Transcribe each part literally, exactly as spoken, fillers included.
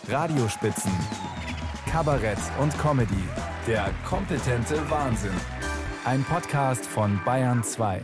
Radiospitzen, Kabarett und Comedy. Der kompetente Wahnsinn. Ein Podcast von Bayern zwei.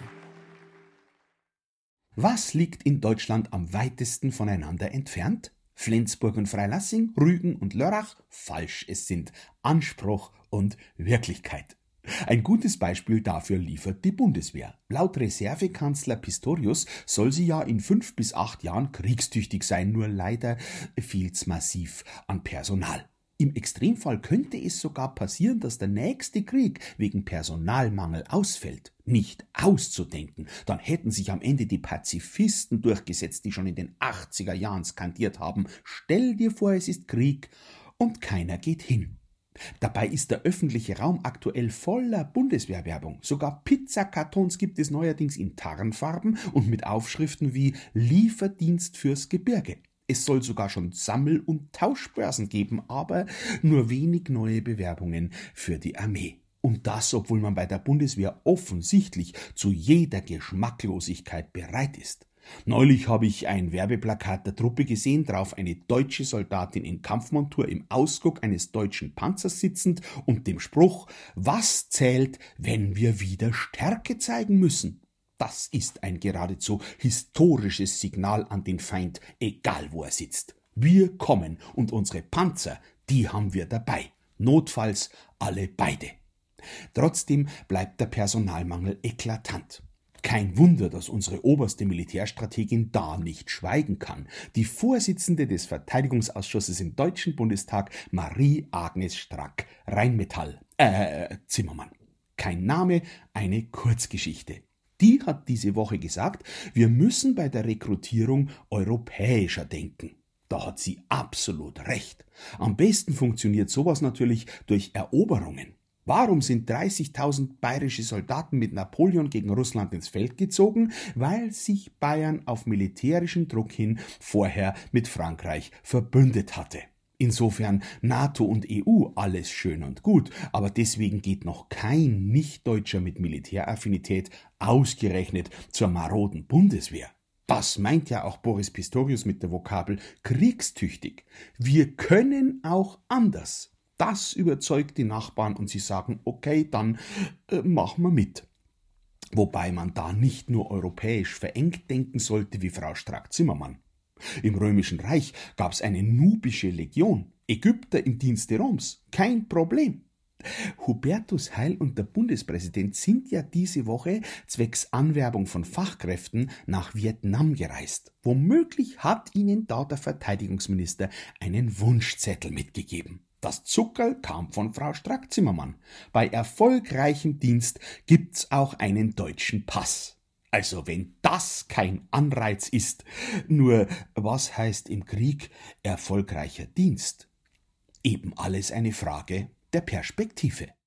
Was liegt in Deutschland am weitesten voneinander entfernt? Flensburg und Freilassing, Rügen und Lörrach? Falsch, es sind Anspruch und Wirklichkeit. Ein gutes Beispiel dafür liefert die Bundeswehr. Laut Reservekanzler Pistorius soll sie ja in fünf bis acht Jahren kriegstüchtig sein, nur leider fehlt's massiv an Personal. Im Extremfall könnte es sogar passieren, dass der nächste Krieg wegen Personalmangel ausfällt. Nicht auszudenken, dann hätten sich am Ende die Pazifisten durchgesetzt, die schon in den achtziger Jahren skandiert haben: Stell dir vor, es ist Krieg und keiner geht hin. Dabei ist der öffentliche Raum aktuell voller Bundeswehrwerbung. Sogar Pizzakartons gibt es neuerdings in Tarnfarben und mit Aufschriften wie Lieferdienst fürs Gebirge. Es soll sogar schon Sammel- und Tauschbörsen geben, aber nur wenig neue Bewerbungen für die Armee. Und das, obwohl man bei der Bundeswehr offensichtlich zu jeder Geschmacklosigkeit bereit ist. Neulich habe ich ein Werbeplakat der Truppe gesehen, drauf eine deutsche Soldatin in Kampfmontur im Ausguck eines deutschen Panzers sitzend und dem Spruch: Was zählt, wenn wir wieder Stärke zeigen müssen? Das ist ein geradezu historisches Signal an den Feind, egal wo er sitzt. Wir kommen und unsere Panzer, die haben wir dabei. Notfalls alle beide. Trotzdem bleibt der Personalmangel eklatant. Kein Wunder, dass unsere oberste Militärstrategin da nicht schweigen kann. Die Vorsitzende des Verteidigungsausschusses im Deutschen Bundestag, Marie-Agnes Strack, Rheinmetall, äh, Zimmermann. Kein Name, eine Kurzgeschichte. Die hat diese Woche gesagt, wir müssen bei der Rekrutierung europäischer denken. Da hat sie absolut recht. Am besten funktioniert sowas natürlich durch Eroberungen. Warum sind dreißigtausend bayerische Soldaten mit Napoleon gegen Russland ins Feld gezogen? Weil sich Bayern auf militärischen Druck hin vorher mit Frankreich verbündet hatte. Insofern NATO und E U alles schön und gut, aber deswegen geht noch kein Nicht-Deutscher mit Militäraffinität ausgerechnet zur maroden Bundeswehr. Das meint ja auch Boris Pistorius mit der Vokabel kriegstüchtig. Wir können auch anders. Das überzeugt die Nachbarn und sie sagen, okay, dann äh, machen wir mit. Wobei man da nicht nur europäisch verengt denken sollte wie Frau Strack-Zimmermann. Im Römischen Reich gab es eine nubische Legion, Ägypter im Dienste Roms, kein Problem. Hubertus Heil und der Bundespräsident sind ja diese Woche zwecks Anwerbung von Fachkräften nach Vietnam gereist. Womöglich hat ihnen da der Verteidigungsminister einen Wunschzettel mitgegeben. Das Zuckerl kam von Frau Strack-Zimmermann. Bei erfolgreichem Dienst gibt's auch einen deutschen Pass. Also wenn das kein Anreiz ist. Nur was heißt im Krieg erfolgreicher Dienst? Eben alles eine Frage der Perspektive.